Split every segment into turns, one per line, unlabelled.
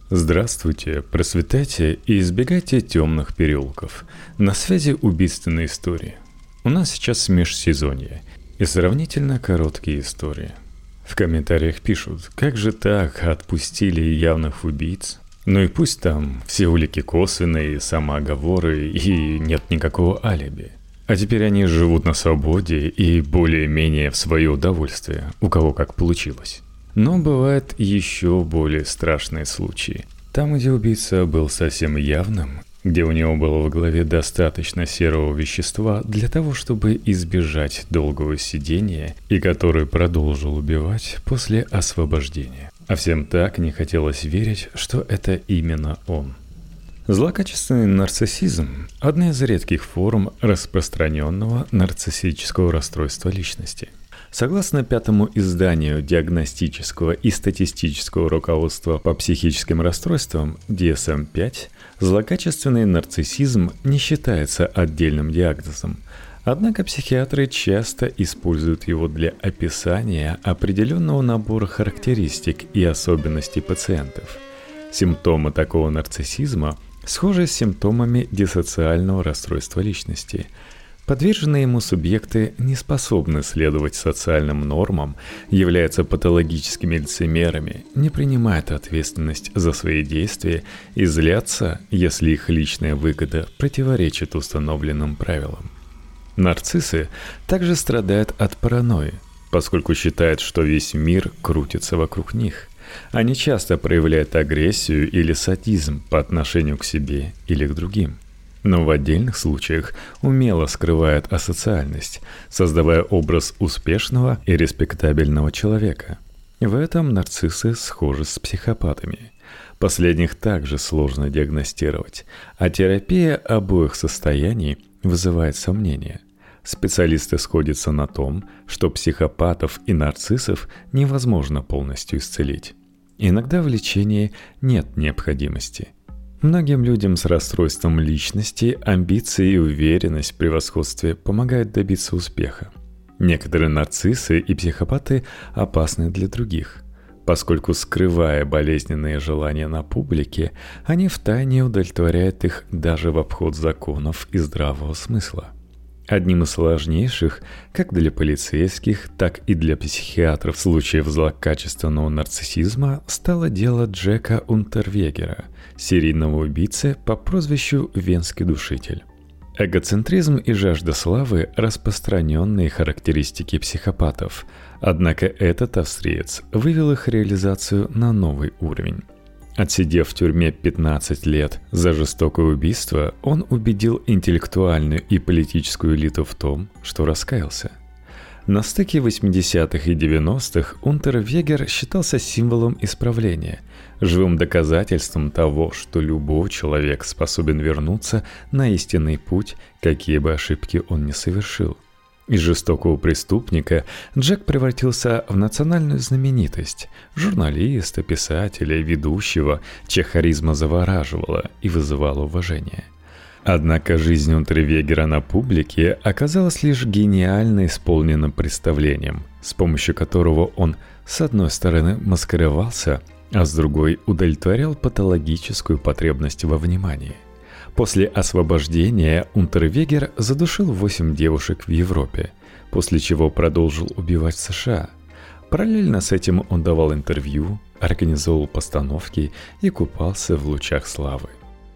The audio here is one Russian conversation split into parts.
Здравствуйте, процветайте и избегайте темных переулков. На связи убийственные истории. У нас сейчас межсезонье и сравнительно короткие истории. В комментариях пишут, как же так отпустили явных убийц? Ну и пусть там все улики косвенные, самооговоры и нет никакого алиби. А теперь они живут на свободе и более-менее в свое удовольствие, у кого как получилось. Но бывают еще более страшные случаи. Там, где убийца был совсем явным, где у него было в голове достаточно серого вещества для того, чтобы избежать долгого сидения, и который продолжил убивать после освобождения. А всем так не хотелось верить, что это именно он. Злокачественный нарциссизм – одна из редких форм распространенного нарциссического расстройства личности. Согласно пятому изданию диагностического и статистического руководства по психическим расстройствам DSM-5, злокачественный нарциссизм не считается отдельным диагнозом. Однако психиатры часто используют его для описания определенного набора характеристик и особенностей пациентов. Симптомы такого нарциссизма схожи с симптомами диссоциального расстройства личности. Подверженные ему субъекты не способны следовать социальным нормам, являются патологическими лицемерами, не принимают ответственность за свои действия и злятся, если их личная выгода противоречит установленным правилам. Нарциссы также страдают от паранойи, поскольку считают, что весь мир крутится вокруг них. Они часто проявляют агрессию или садизм по отношению к себе или к другим. Но в отдельных случаях умело скрывает асоциальность, создавая образ успешного и респектабельного человека. В этом нарциссы схожи с психопатами. Последних также сложно диагностировать, а терапия обоих состояний вызывает сомнения. Специалисты сходятся на том, что психопатов и нарциссов невозможно полностью исцелить. Иногда в лечении нет необходимости. Многим людям с расстройством личности амбиции и уверенность в превосходстве помогают добиться успеха. Некоторые нарциссы и психопаты опасны для других, поскольку, скрывая болезненные желания на публике, они втайне удовлетворяют их даже в обход законов и здравого смысла. Одним из сложнейших, как для полицейских, так и для психиатров случаев злокачественного нарциссизма стало дело Джека Унтервегера, серийного убийцы по прозвищу Венский душитель. Эгоцентризм и жажда славы – распространенные характеристики психопатов, однако этот австриец вывел их реализацию на новый уровень. Отсидев в тюрьме 15 лет за жестокое убийство, он убедил интеллектуальную и политическую элиту в том, что раскаялся. На стыке 80-х и 90-х Унтервегер считался символом исправления, живым доказательством того, что любой человек способен вернуться на истинный путь, какие бы ошибки он ни совершил. Из жестокого преступника Джек превратился в национальную знаменитость, журналиста, писателя, ведущего, чья харизма завораживала и вызывала уважение. Однако жизнь Унтервегера на публике оказалась лишь гениально исполненным представлением, с помощью которого он, с одной стороны, маскировался, а с другой удовлетворял патологическую потребность во внимании. После освобождения Унтервегер задушил 8 девушек в Европе, после чего продолжил убивать в США. Параллельно с этим он давал интервью, организовывал постановки и купался в лучах славы.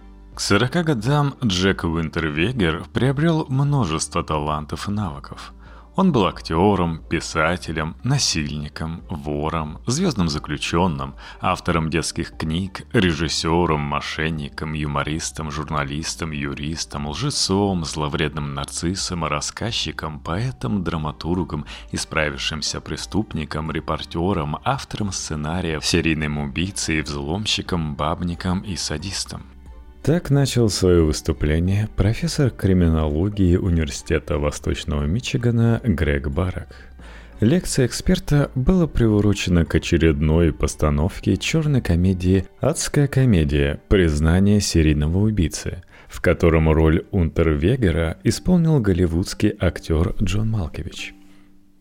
К 40 годам Джек Унтервегер приобрел множество талантов и навыков. Он был актером, писателем, насильником, вором, звездным заключенным, автором детских книг, режиссером, мошенником, юмористом, журналистом, юристом, лжецом, зловредным нарциссом, рассказчиком, поэтом, драматургом, исправившимся преступником, репортером, автором сценариев, серийным убийцей, взломщиком, бабником и садистом. Так начал свое выступление профессор криминологии Университета Восточного Мичигана Грег Барак. Лекция эксперта была приурочена к очередной постановке черной комедии «Адская комедия. Признание серийного убийцы», в котором роль Унтервегера исполнил голливудский актер Джон Малкович.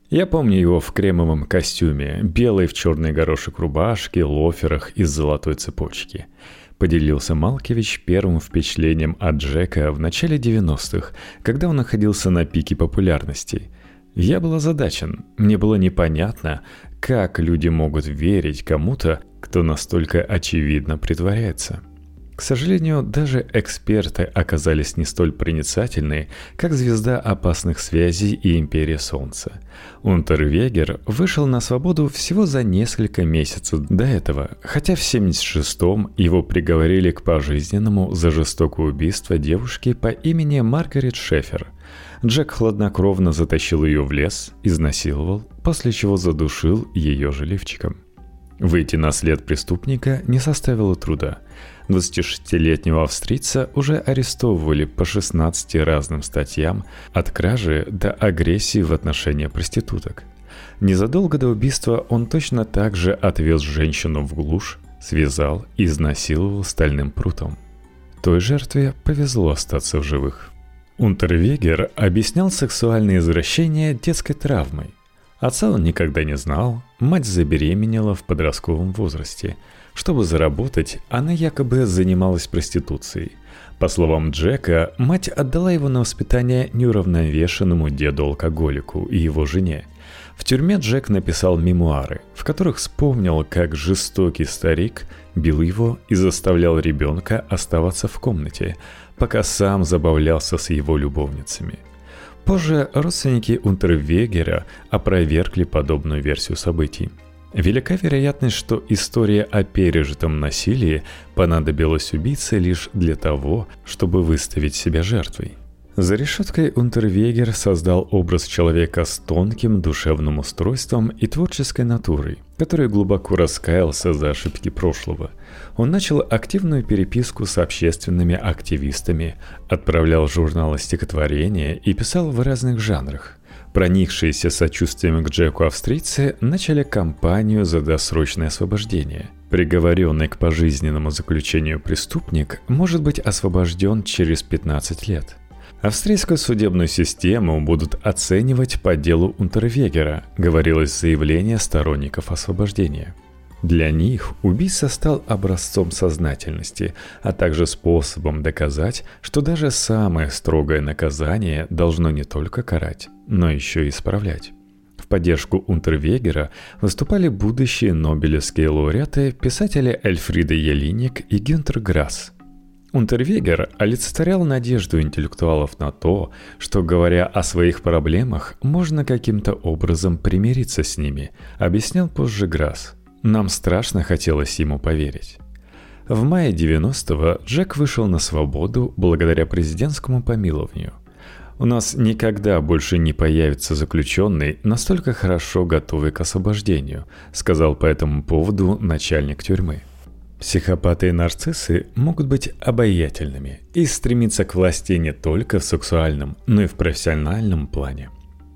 Я помню его в кремовом костюме, белой в черный горошек рубашке, лоферах из золотой цепочки. Поделился Малкевич первым впечатлением от Джека в начале 90-х, когда он находился на пике популярности. Я был озадачен, мне было непонятно, как люди могут верить кому-то, кто настолько очевидно притворяется. К сожалению, даже эксперты оказались не столь проницательны, как звезда опасных связей и Империя Солнца. Унтервегер вышел на свободу всего за несколько месяцев до этого, хотя в 1976-м его приговорили к пожизненному за жестокое убийство девушки по имени Маргарет Шефер. Джек хладнокровно затащил ее в лес, изнасиловал, после чего задушил ее же лифчиком. Выйти на след преступника не составило труда. 26-летнего австрийца уже арестовывали по 16 разным статьям, от кражи до агрессии в отношении проституток. Незадолго до убийства он точно так же отвез женщину в глушь, связал и изнасиловал стальным прутом. Той жертве повезло остаться в живых. Унтервегер объяснял сексуальные извращения детской травмой. Отца он никогда не знал, мать забеременела в подростковом возрасте. Чтобы заработать, она якобы занималась проституцией. По словам Джека, мать отдала его на воспитание неуравновешенному деду-алкоголику и его жене. В тюрьме Джек написал мемуары, в которых вспомнил, как жестокий старик бил его и заставлял ребенка оставаться в комнате, пока сам забавлялся с его любовницами. Позже родственники Унтервегера опровергли подобную версию событий. Велика вероятность, что история о пережитом насилии понадобилась убийце лишь для того, чтобы выставить себя жертвой. За решеткой Унтервегер создал образ человека с тонким душевным устройством и творческой натурой, который глубоко раскаялся за ошибки прошлого. Он начал активную переписку с общественными активистами, отправлял в журналы стихотворения и писал в разных жанрах. Проникшиеся сочувствием к Джеку австрийцы начали кампанию за досрочное освобождение. Приговоренный к пожизненному заключению преступник может быть освобожден через 15 лет. Австрийскую судебную систему будут оценивать по делу Унтервегера, говорилось в заявлении сторонников освобождения. Для них убийца стал образцом сознательности, а также способом доказать, что даже самое строгое наказание должно не только карать, но еще и исправлять. В поддержку Унтервегера выступали будущие нобелевские лауреаты, писатели Эльфрида Елиник и Гюнтер Грасс. Унтервегер олицетворял надежду интеллектуалов на то, что, говоря о своих проблемах, можно каким-то образом примириться с ними, объяснял позже Грасс. Нам страшно хотелось ему поверить. В мае 90-го Джек вышел на свободу благодаря президентскому помилованию. У нас никогда больше не появится заключенный, настолько хорошо готовый к освобождению, сказал по этому поводу начальник тюрьмы. Психопаты и нарциссы могут быть обаятельными и стремиться к власти не только в сексуальном, но и в профессиональном плане.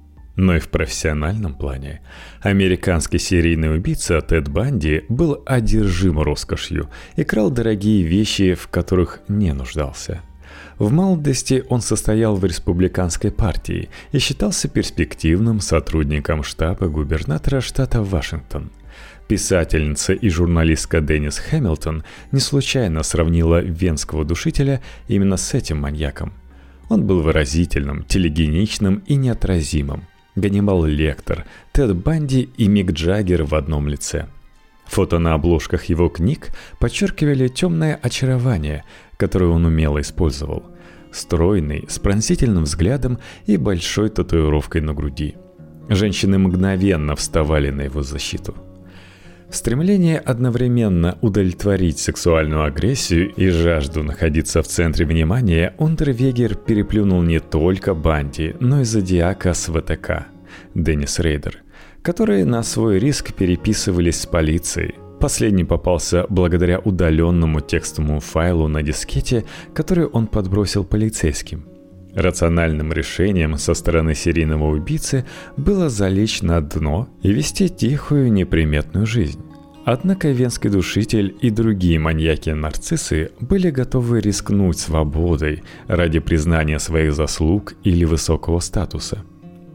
Американский серийный убийца Тед Банди был одержим роскошью и крал дорогие вещи, в которых не нуждался. В молодости он состоял в республиканской партии и считался перспективным сотрудником штаба губернатора штата Вашингтон. Писательница и журналистка Деннис Хэмилтон не случайно сравнила венского душителя именно с этим маньяком. Он был выразительным, телегеничным и неотразимым. Ганнибал Лектор, Тед Банди и Мик Джаггер в одном лице. Фото на обложках его книг подчеркивали темное очарование, которое он умело использовал. Стройный, с пронзительным взглядом и большой татуировкой на груди. Женщины мгновенно вставали на его защиту. Стремление одновременно удовлетворить сексуальную агрессию и жажду находиться в центре внимания Унтервегер переплюнул не только Банди, но и зодиака с ВТК, Деннис Рейдер, которые на свой риск переписывались с полицией. Последний попался благодаря удаленному текстовому файлу на дискете, который он подбросил полицейским. Рациональным решением со стороны серийного убийцы было залечь на дно и вести тихую, неприметную жизнь. Однако венский душитель и другие маньяки-нарциссы были готовы рискнуть свободой ради признания своих заслуг или высокого статуса.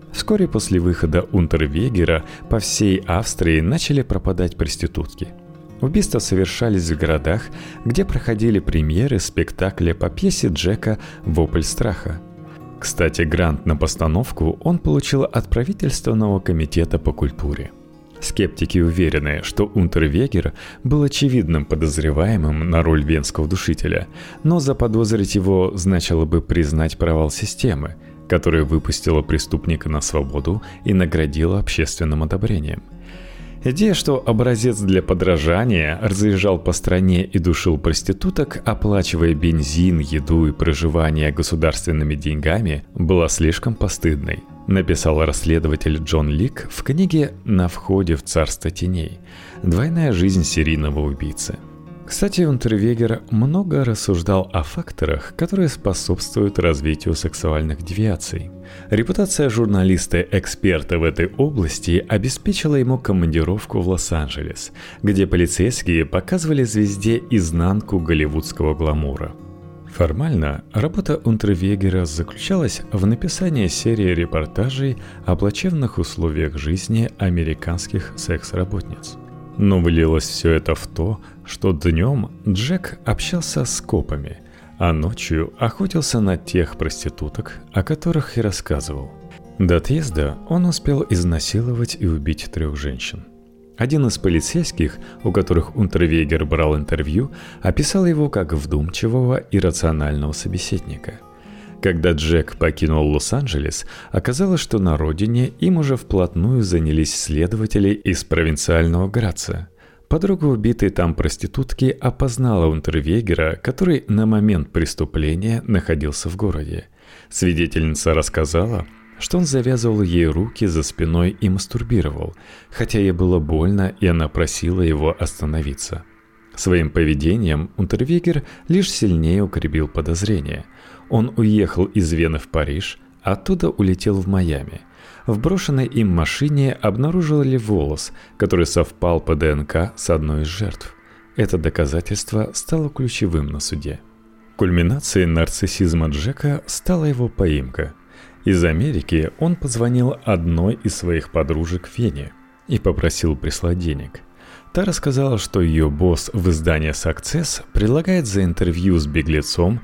Вскоре после выхода Унтервегера по всей Австрии начали пропадать проститутки. Убийства совершались в городах, где проходили премьеры спектакля по пьесе Джека «Вопль страха». Кстати, грант на постановку он получил от правительственного комитета по культуре. Скептики уверены, что Унтервегер был очевидным подозреваемым на роль венского душителя, но заподозрить его значило бы признать провал системы, которая выпустила преступника на свободу и наградила общественным одобрением. Идея, что образец для подражания разъезжал по стране и душил проституток, оплачивая бензин, еду и проживание государственными деньгами, была слишком постыдной, написал расследователь Джон Лик в книге «На входе в царство теней. Двойная жизнь серийного убийцы». Кстати, Унтервегер много рассуждал о факторах, которые способствуют развитию сексуальных девиаций. Репутация журналиста-эксперта в этой области обеспечила ему командировку в Лос-Анджелес, где полицейские показывали звезде изнанку голливудского гламура. Формально работа Унтервегера заключалась в написании серии репортажей о плачевных условиях жизни американских секс-работниц. Но вылилось все это в то, что днем Джек общался с копами, а ночью охотился на тех проституток, о которых и рассказывал. До отъезда он успел изнасиловать и убить 3 женщин. Один из полицейских, у которых Унтервегер брал интервью, описал его как вдумчивого и рационального собеседника. Когда Джек покинул Лос-Анджелес, оказалось, что на родине им уже вплотную занялись следователи из провинциального Граца. Подруга убитой там проститутки опознала Унтервегера, который на момент преступления находился в городе. Свидетельница рассказала, что он завязывал ей руки за спиной и мастурбировал, хотя ей было больно, и она просила его остановиться. Своим поведением Унтервегер лишь сильнее укрепил подозрения. Он уехал из Вены в Париж, оттуда улетел в Майами. В брошенной им машине обнаружили волос, который совпал по ДНК с одной из жертв. Это доказательство стало ключевым на суде. Кульминацией нарциссизма Джека стала его поимка. Из Америки он позвонил одной из своих подружек в Вене и попросил прислать денег. Та рассказала, что ее босс в издании Success предлагает за интервью с беглецом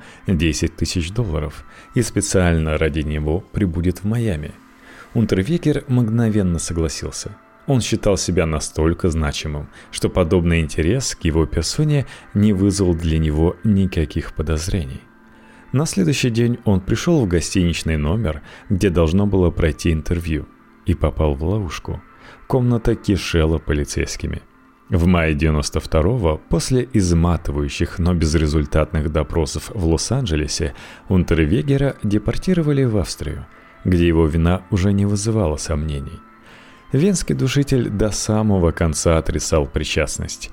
$10 000 и специально ради него прибудет в Майами. Унтервегер мгновенно согласился. Он считал себя настолько значимым, что подобный интерес к его персоне не вызвал для него никаких подозрений. На следующий день он пришел в гостиничный номер, где должно было пройти интервью, и попал в ловушку. Комната кишела полицейскими. В мае 92-го, после изматывающих, но безрезультатных допросов в Лос-Анджелесе, Унтервегера депортировали в Австрию, где его вина уже не вызывала сомнений. Венский душитель до самого конца отрицал причастность.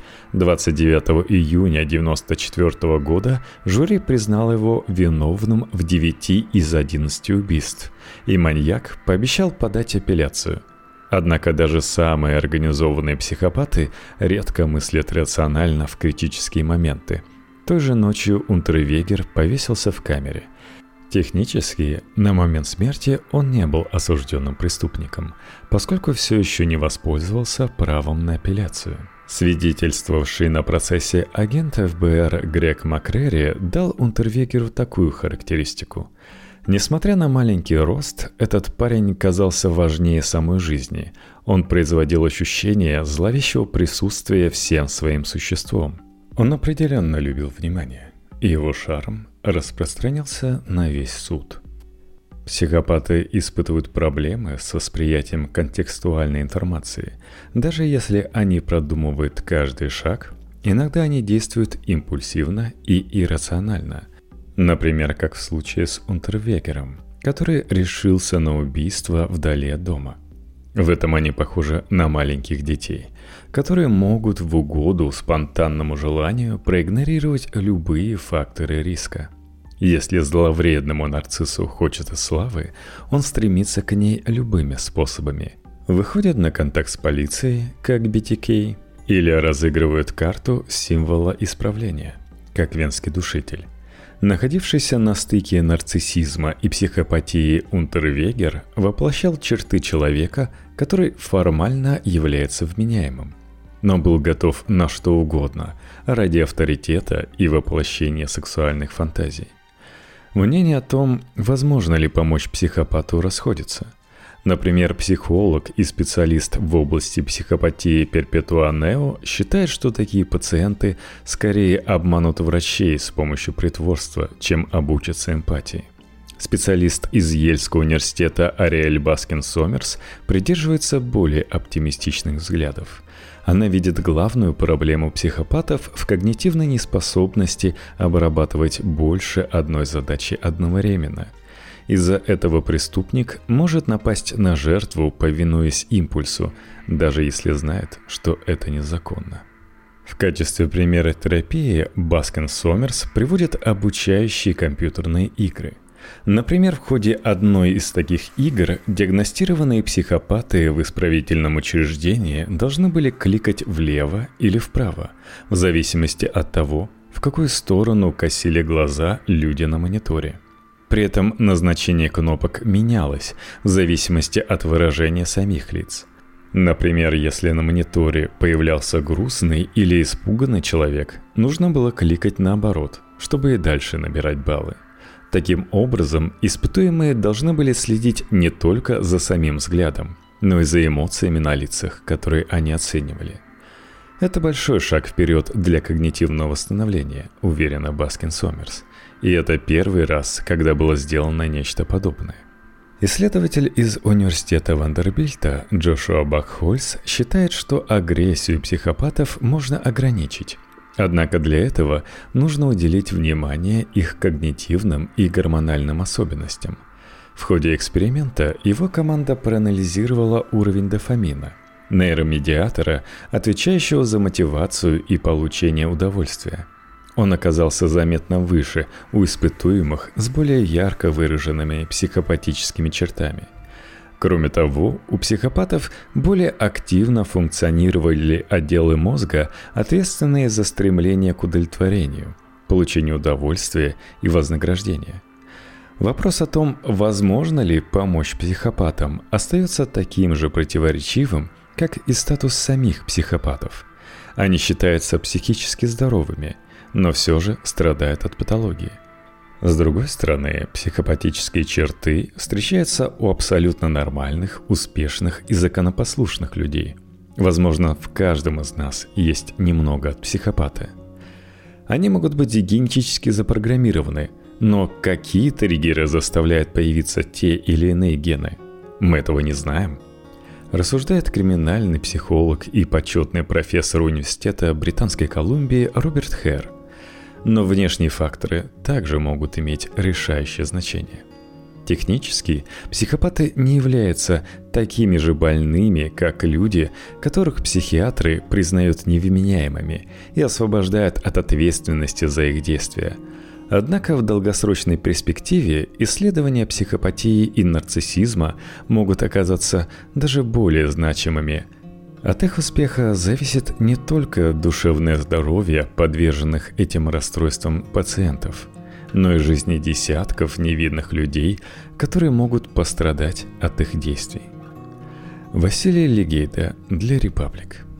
29 июня 1994 года жюри признало его виновным в 9 из 11 убийств, и маньяк пообещал подать апелляцию. Однако даже самые организованные психопаты редко мыслят рационально в критические моменты. Той же ночью Унтервегер повесился в камере. Технически, на момент смерти он не был осужденным преступником, поскольку все еще не воспользовался правом на апелляцию. Свидетельствовавший на процессе агент ФБР Грег Маккрери дал Унтервегеру такую характеристику. Несмотря на маленький рост, этот парень казался важнее самой жизни. Он производил ощущение зловещего присутствия всем своим существом. Он определенно любил внимание, и его шарм распространялся на весь суд. Психопаты испытывают проблемы с восприятием контекстуальной информации. Даже если они продумывают каждый шаг, иногда они действуют импульсивно и иррационально. Например, как в случае с Унтервегером, который решился на убийство вдали от дома. В этом они похожи на маленьких детей, которые могут в угоду спонтанному желанию проигнорировать любые факторы риска. Если зловредному нарциссу хочется славы, он стремится к ней любыми способами. Выходит на контакт с полицией, как BTK, или разыгрывают карту символа исправления, как венский душитель. Находившийся на стыке нарциссизма и психопатии Унтервегер воплощал черты человека, который формально является вменяемым, но был готов на что угодно ради авторитета и воплощения сексуальных фантазий. Мнение о том, возможно ли помочь психопату, расходится. Например, психолог и специалист в области психопатии Перпетуа Нео считает, что такие пациенты скорее обманут врачей с помощью притворства, чем обучатся эмпатии. Специалист из Йельского университета Ариэль Баскин-Сомерс придерживается более оптимистичных взглядов. Она видит главную проблему психопатов в когнитивной неспособности обрабатывать больше одной задачи одновременно. Из-за этого преступник может напасть на жертву, повинуясь импульсу, даже если знает, что это незаконно. В качестве примера терапии Баскин-Сомерс приводит обучающие компьютерные игры. Например, в ходе одной из таких игр диагностированные психопаты в исправительном учреждении должны были кликать влево или вправо, в зависимости от того, в какую сторону косили глаза люди на мониторе. При этом назначение кнопок менялось в зависимости от выражения самих лиц. Например, если на мониторе появлялся грустный или испуганный человек, нужно было кликать наоборот, чтобы и дальше набирать баллы. Таким образом, испытуемые должны были следить не только за самим взглядом, но и за эмоциями на лицах, которые они оценивали. Это большой шаг вперед для когнитивного восстановления, уверена Баскин-Сомерс. И это первый раз, когда было сделано нечто подобное. Исследователь из университета Вандербильта Джошуа Бакхольц считает, что агрессию психопатов можно ограничить. Однако для этого нужно уделить внимание их когнитивным и гормональным особенностям. В ходе эксперимента его команда проанализировала уровень дофамина, нейромедиатора, отвечающего за мотивацию и получение удовольствия. Он оказался заметно выше у испытуемых с более ярко выраженными психопатическими чертами. Кроме того, у психопатов более активно функционировали отделы мозга, ответственные за стремление к удовлетворению, получению удовольствия и вознаграждения. Вопрос о том, возможно ли помочь психопатам, остается таким же противоречивым, как и статус самих психопатов. Они считаются психически здоровыми, но все же страдают от патологии. С другой стороны, психопатические черты встречаются у абсолютно нормальных, успешных и законопослушных людей. Возможно, в каждом из нас есть немного от психопата. Они могут быть генетически запрограммированы, но какие триггеры заставляют появиться те или иные гены? Мы этого не знаем. Рассуждает криминальный психолог и почетный профессор университета Британской Колумбии Роберт Хэр. Но внешние факторы также могут иметь решающее значение. Технически, психопаты не являются такими же больными, как люди, которых психиатры признают невменяемыми и освобождают от ответственности за их действия. Однако в долгосрочной перспективе исследования психопатии и нарциссизма могут оказаться даже более значимыми. От их успеха зависит не только душевное здоровье подверженных этим расстройствам пациентов, но и жизни десятков невинных людей, которые могут пострадать от их действий. Василий Легейда для Репаблик.